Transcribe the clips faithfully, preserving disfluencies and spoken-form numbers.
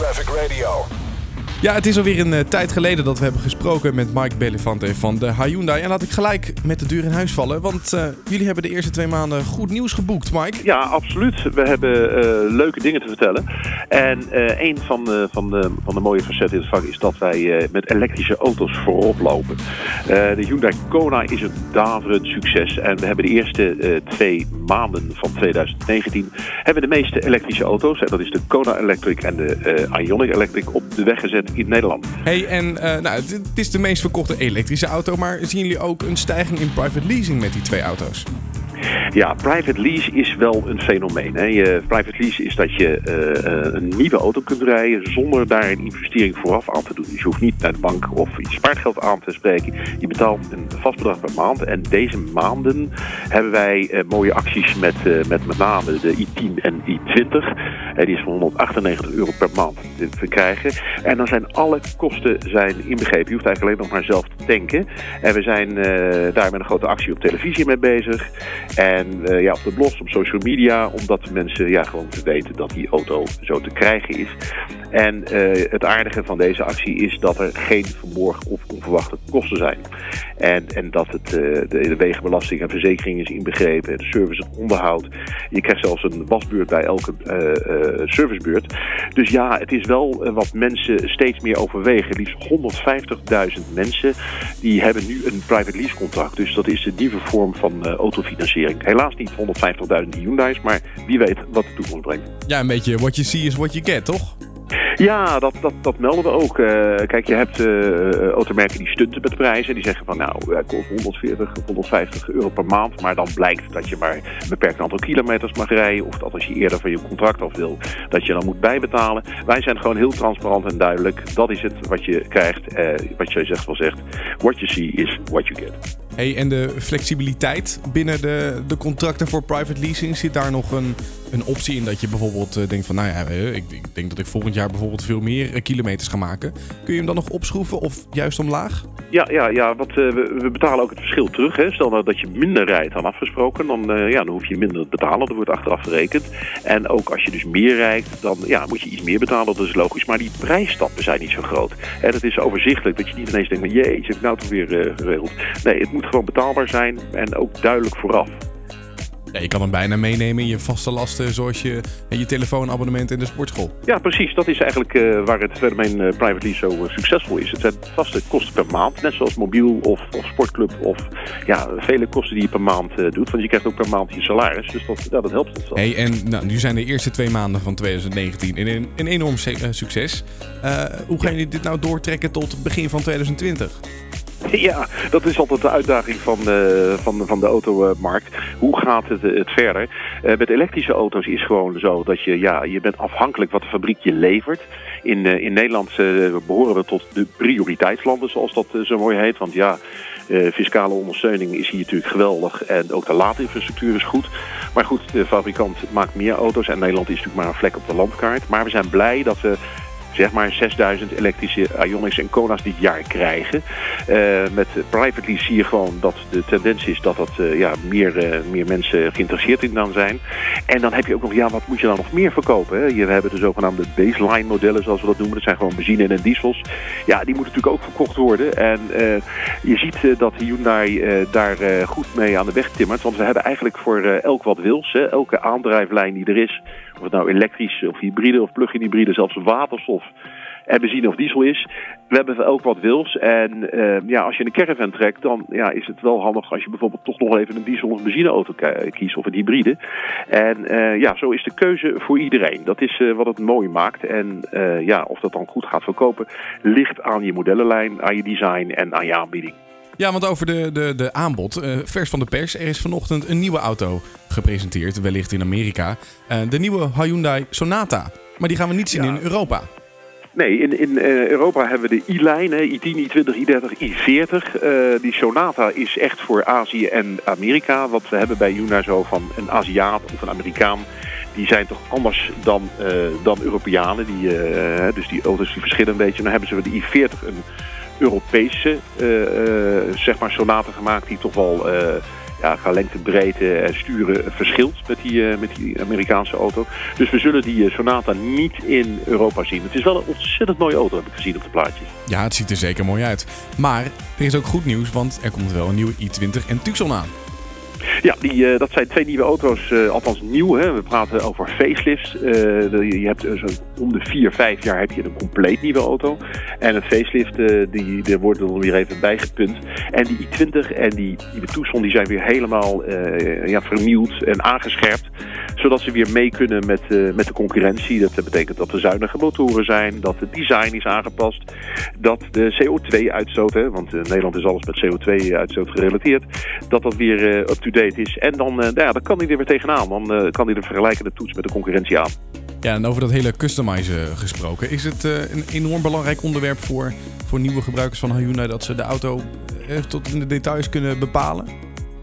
Traffic Radio. Ja, het is alweer een uh, tijd geleden dat we hebben gesproken met Mike Bellefante van de Hyundai. En laat ik gelijk met de deur in huis vallen, want uh, jullie hebben de eerste twee maanden goed nieuws geboekt, Mike. Ja, absoluut. We hebben uh, leuke dingen te vertellen. En uh, een van de, van, de, van de mooie facetten in het vak is dat wij uh, met elektrische auto's voorop lopen. Uh, de Hyundai Kona is een daverend succes. En we hebben de eerste uh, twee maanden van twintig negentien hebben de meeste elektrische auto's, en dat is de Kona Electric en de uh, Ioniq Electric, op de weg gezet in Nederland. Hey, en uh, nou, het, het is de meest verkochte elektrische auto, maar zien jullie ook een stijging in private leasing met die twee auto's? Ja, private lease is wel een fenomeen. Hè. Je, private lease is dat je uh, een nieuwe auto kunt rijden zonder daar een investering vooraf aan te doen. Dus je hoeft niet naar de bank of je spaargeld aan te spreken. Je betaalt een vast bedrag per maand. En deze maanden hebben wij uh, mooie acties met, uh, met met name de i tien en i twintig. Uh, die is van honderdachtennegentig euro per maand te verkrijgen. En dan zijn alle kosten zijn inbegrepen. Je hoeft eigenlijk alleen nog maar zelf te tanken. En we zijn uh, daar met een grote actie op televisie mee bezig. En uh, ja, op de blogs, op social media, omdat de mensen ja, gewoon weten dat die auto zo te krijgen is. En uh, het aardige van deze actie is dat er geen verborgen of onverwachte kosten zijn. En, en dat het, uh, de, de wegenbelasting en verzekering is inbegrepen, de service, het onderhoud. Je krijgt zelfs een wasbeurt bij elke uh, uh, servicebeurt. Dus ja, het is wel uh, wat mensen steeds meer overwegen. Liefst honderdvijftigduizend mensen die hebben nu een private lease contract. Dus dat is de nieuwe vorm van uh, autofinanciering. Helaas niet honderdvijftigduizend Hyundai's, maar wie weet wat de toekomst brengt. Ja, een beetje what you see is what you get, toch? Ja, dat, dat, dat melden we ook. Uh, kijk, je hebt uh, automerken die stunten met prijzen. Die zeggen van nou, het kost honderdveertig, honderdvijftig euro per maand. Maar dan blijkt dat je maar een beperkt aantal kilometers mag rijden. Of dat als je eerder van je contract af wil, dat je dan moet bijbetalen. Wij zijn gewoon heel transparant en duidelijk. Dat is het wat je krijgt. Uh, wat jij zegt wel zegt. What you see is what you get. Hey, en de flexibiliteit binnen de, de contracten voor private leasing, zit daar nog een, een optie in dat je bijvoorbeeld uh, denkt van nou ja, uh, ik, ik denk dat ik volgend jaar bijvoorbeeld veel meer uh, kilometers ga maken. Kun je hem dan nog opschroeven of juist omlaag? Ja, ja, ja want uh, we, we betalen ook het verschil terug. Hè. Stel nou dat je minder rijdt dan afgesproken, dan, uh, ja, dan hoef je minder te betalen. Dat wordt achteraf verrekend. En ook als je dus meer rijdt, dan ja, moet je iets meer betalen. Dat is logisch. Maar die prijsstappen zijn niet zo groot. En het is overzichtelijk dat je niet ineens denkt, jeetje, heb ik nou toch weer uh, geregeld. Nee, het moet gewoon betaalbaar zijn en ook duidelijk vooraf. Ja, je kan hem bijna meenemen in je vaste lasten, zoals je, je telefoonabonnement in de sportschool. Ja, precies. Dat is eigenlijk uh, waar het fenomeen uh, private lease zo uh, succesvol is. Het zijn vaste kosten per maand, net zoals mobiel of, of sportclub of ja, vele kosten die je per maand uh, doet. Want je krijgt ook per maand je salaris, dus dat, ja, dat helpt ons wel. Hey, en nou, nu zijn de eerste twee maanden van twintig negentien een, een enorm succes. Uh, hoe gaan jullie dit nou doortrekken tot begin van twintig twintig? Ja, dat is altijd de uitdaging van, uh, van, van de automarkt. Hoe gaat het, het verder? Uh, met elektrische auto's is gewoon zo dat je, ja, je bent afhankelijk wat de fabriek je levert. In, uh, in Nederland uh, behoren we tot de prioriteitslanden, zoals dat uh, zo mooi heet. Want ja, uh, fiscale ondersteuning is hier natuurlijk geweldig en ook de laadinfrastructuur is goed. Maar goed, de fabrikant maakt meer auto's en Nederland is natuurlijk maar een vlek op de landkaart. Maar we zijn blij dat we zeg maar zesduizend elektrische Ioniq's en Kona's dit jaar krijgen. Uh, met private lease zie je gewoon dat de tendens is dat dat uh, ja, meer, uh, meer mensen geïnteresseerd in dan zijn. En dan heb je ook nog, ja, wat moet je dan nog meer verkopen? Hè? Je, we hebben de zogenaamde baseline modellen, zoals we dat noemen. Dat zijn gewoon benzine en diesels. Ja, die moeten natuurlijk ook verkocht worden. En uh, je ziet uh, dat Hyundai uh, daar uh, goed mee aan de weg timmert. Want we hebben eigenlijk voor uh, elk wat wils, hè, elke aandrijflijn die er is, of het nou elektrisch of hybride of plug-in hybride, zelfs waterstof en benzine of diesel is. We hebben ook wat wils. En uh, ja, als je een caravan trekt, dan ja, is het wel handig als je bijvoorbeeld toch nog even een diesel of benzineauto kiest of een hybride. En uh, ja, zo is de keuze voor iedereen. Dat is uh, wat het mooi maakt. En uh, ja, of dat dan goed gaat verkopen, ligt aan je modellenlijn, aan je design en aan je aanbieding. Ja, want over de, de, de aanbod, uh, vers van de pers, er is vanochtend een nieuwe auto gepresenteerd, wellicht in Amerika. Uh, de nieuwe Hyundai Sonata. Maar die gaan we niet zien ja. in Europa. Nee, in, in uh, Europa hebben we de i-lijn, hè, i tien, i twintig, i dertig, i veertig. Uh, die Sonata is echt voor Azië en Amerika. Wat we hebben bij Hyundai zo van een Aziat of een Amerikaan. Die zijn toch anders dan, uh, dan Europeanen. Die, uh, dus die auto's die verschillen een beetje. Dan hebben ze de i veertig een Europese uh, uh, zeg maar Sonata gemaakt die toch wel uh, ja, qua lengte, breedte en sturen verschilt met die, uh, met die Amerikaanse auto. Dus we zullen die uh, Sonata niet in Europa zien. Het is wel een ontzettend mooie auto, heb ik gezien op de plaatjes. Ja, het ziet er zeker mooi uit. Maar er is ook goed nieuws, want er komt wel een nieuwe i twintig en Tucson aan. Ja, die, uh, dat zijn twee nieuwe auto's, uh, althans nieuw. Hè. We praten over facelifts. Uh, de, je hebt uh, zo om de vier, vijf jaar heb je een compleet nieuwe auto. En een facelift, uh, die, die wordt er dan weer even bijgepunt. En die i twintig en die nieuwe Tucson die zijn weer helemaal uh, ja, vernieuwd en aangescherpt. Zodat ze weer mee kunnen met, uh, met de concurrentie. Dat betekent dat er zuinige motoren zijn, dat het design is aangepast. Dat de C O twee uitstoot, hè, want in Nederland is alles met C O twee uitstoot gerelateerd. Dat dat weer uh, up-to-date is. En dan, uh, ja, dan kan hij er weer tegenaan. Dan uh, kan hij de vergelijkende toets met de concurrentie aan. Ja, en over dat hele customizen gesproken. Is het uh, een enorm belangrijk onderwerp voor, voor nieuwe gebruikers van Hyundai dat ze de auto uh, tot in de details kunnen bepalen?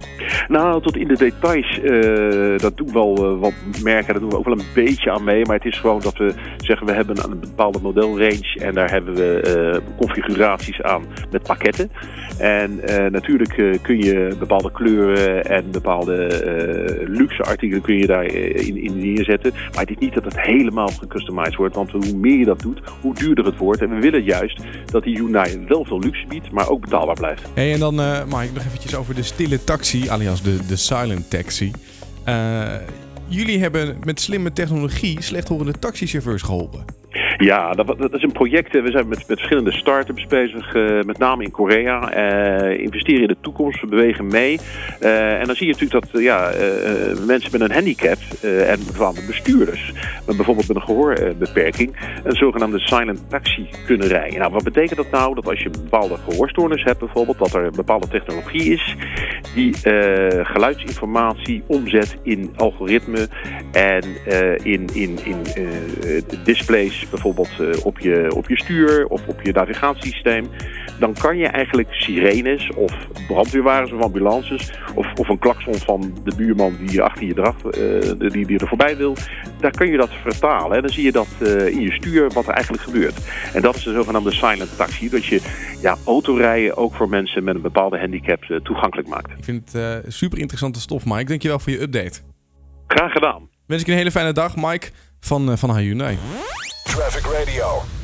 Nou, tot in de details, uh, dat doen wel uh, wat merken, daar doen we ook wel een beetje aan mee. Maar het is gewoon dat we zeggen, we hebben een bepaalde modelrange en daar hebben we uh, configuraties aan met pakketten. En uh, natuurlijk uh, kun je bepaalde kleuren en bepaalde uh, luxe artikelen kun je daar uh, in, in neerzetten. Maar het is niet dat het helemaal gecustomized wordt, want hoe meer je dat doet, hoe duurder het wordt. En we willen juist dat die Hyundai wel veel luxe biedt, maar ook betaalbaar blijft. Hey, en dan uh, Mike, nog eventjes over de stille taxi, alias de, de silent taxi. Uh, jullie hebben met slimme technologie slechthorende taxichauffeurs geholpen. Ja, dat, dat is een project. We zijn met, met verschillende start-ups bezig, uh, met name in Korea. Uh, investeren in de toekomst, we bewegen mee. Uh, en dan zie je natuurlijk dat uh, ja, uh, mensen met een handicap uh, en vooral bestuurders, met bijvoorbeeld met een gehoorbeperking, een zogenaamde silent taxi kunnen rijden. Nou, wat betekent dat nou? Dat als je een bepaalde gehoorstoornis hebt bijvoorbeeld, dat er een bepaalde technologie is die uh, geluidsinformatie omzet in algoritme en uh, in, in, in uh, displays bijvoorbeeld uh, op, je, op je stuur of op je navigatiesysteem. Dan kan je eigenlijk sirenes of brandweerwagens of ambulances of, of een klakson van de buurman die achter je draagt, uh, die, die er voorbij wil, daar kun je dat vertalen. En dan zie je dat uh, in je stuur wat er eigenlijk gebeurt. En dat is de zogenaamde silent taxi, dat je ja, autorijden ook voor mensen met een bepaalde handicap uh, toegankelijk maakt. Ik vind het uh, super interessante stof, Mike. Dankjewel voor je update. Graag gedaan. Wens ik een hele fijne dag, Mike van, uh, van Hyundai. Traffic Radio.